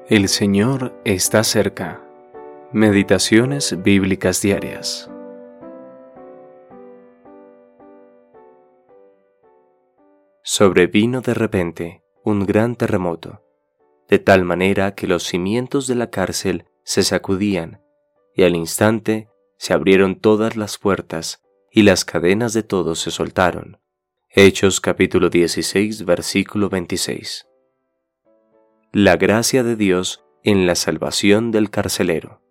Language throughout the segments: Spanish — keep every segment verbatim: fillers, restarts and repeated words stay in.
El Señor está cerca. Meditaciones bíblicas diarias. Sobrevino de repente un gran terremoto, de tal manera que los cimientos de la cárcel se sacudían, y al instante se abrieron todas las puertas y las cadenas de todos se soltaron. Hechos capítulo dieciséis, versículo veintiséis. La gracia de Dios en la salvación del carcelero.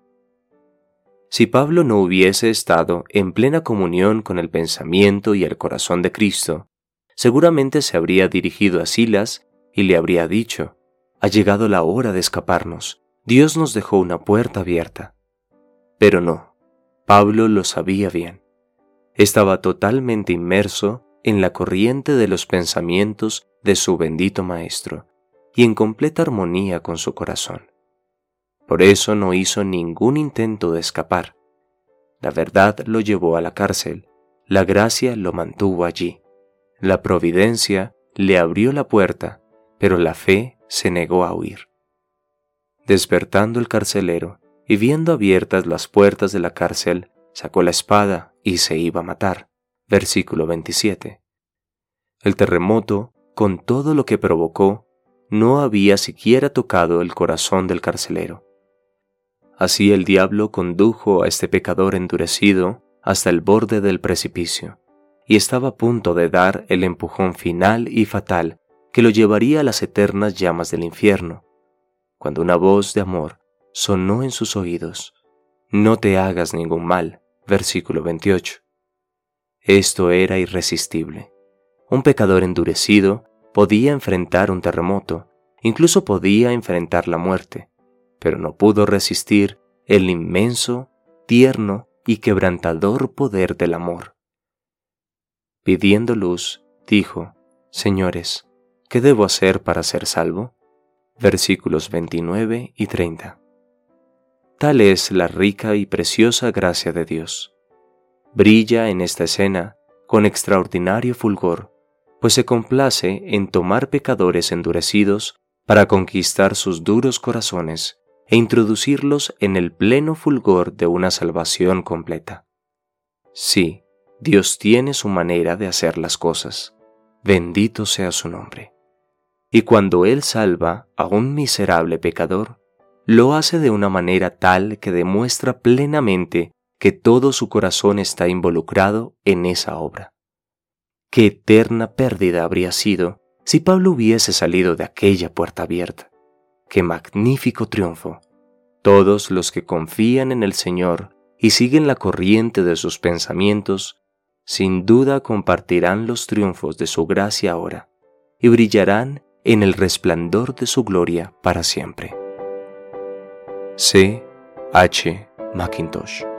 Si Pablo no hubiese estado en plena comunión con el pensamiento y el corazón de Cristo, seguramente se habría dirigido a Silas y le habría dicho: «Ha llegado la hora de escaparnos, Dios nos dejó una puerta abierta». Pero no, Pablo lo sabía bien. Estaba totalmente inmerso en la corriente de los pensamientos de su bendito Maestro y en completa armonía con su corazón. Por eso no hizo ningún intento de escapar. La verdad lo llevó a la cárcel, la gracia lo mantuvo allí. La providencia le abrió la puerta, pero la fe se negó a huir. Despertando el carcelero y viendo abiertas las puertas de la cárcel, sacó la espada y se iba a matar. Versículo veintisiete. El terremoto, con todo lo que provocó, no había siquiera tocado el corazón del carcelero. Así el diablo condujo a este pecador endurecido hasta el borde del precipicio, y estaba a punto de dar el empujón final y fatal que lo llevaría a las eternas llamas del infierno, cuando una voz de amor sonó en sus oídos: «No te hagas ningún mal». Versículo veintiocho. Esto era irresistible. Un pecador endurecido podía enfrentar un terremoto, incluso podía enfrentar la muerte, pero no pudo resistir el inmenso, tierno y quebrantador poder del amor. Pidiendo luz, dijo: «Señores, ¿qué debo hacer para ser salvo?». Versículos veintinueve y treinta. Tal es la rica y preciosa gracia de Dios. Brilla en esta escena con extraordinario fulgor, pues se complace en tomar pecadores endurecidos para conquistar sus duros corazones e introducirlos en el pleno fulgor de una salvación completa. Sí, Dios tiene su manera de hacer las cosas. Bendito sea su nombre. Y cuando Él salva a un miserable pecador, lo hace de una manera tal que demuestra plenamente que todo su corazón está involucrado en esa obra. Qué eterna pérdida habría sido si Pablo hubiese salido de aquella puerta abierta. ¡Qué magnífico triunfo! Todos los que confían en el Señor y siguen la corriente de sus pensamientos, sin duda compartirán los triunfos de su gracia ahora y brillarán en el resplandor de su gloria para siempre. C. H. Mackintosh.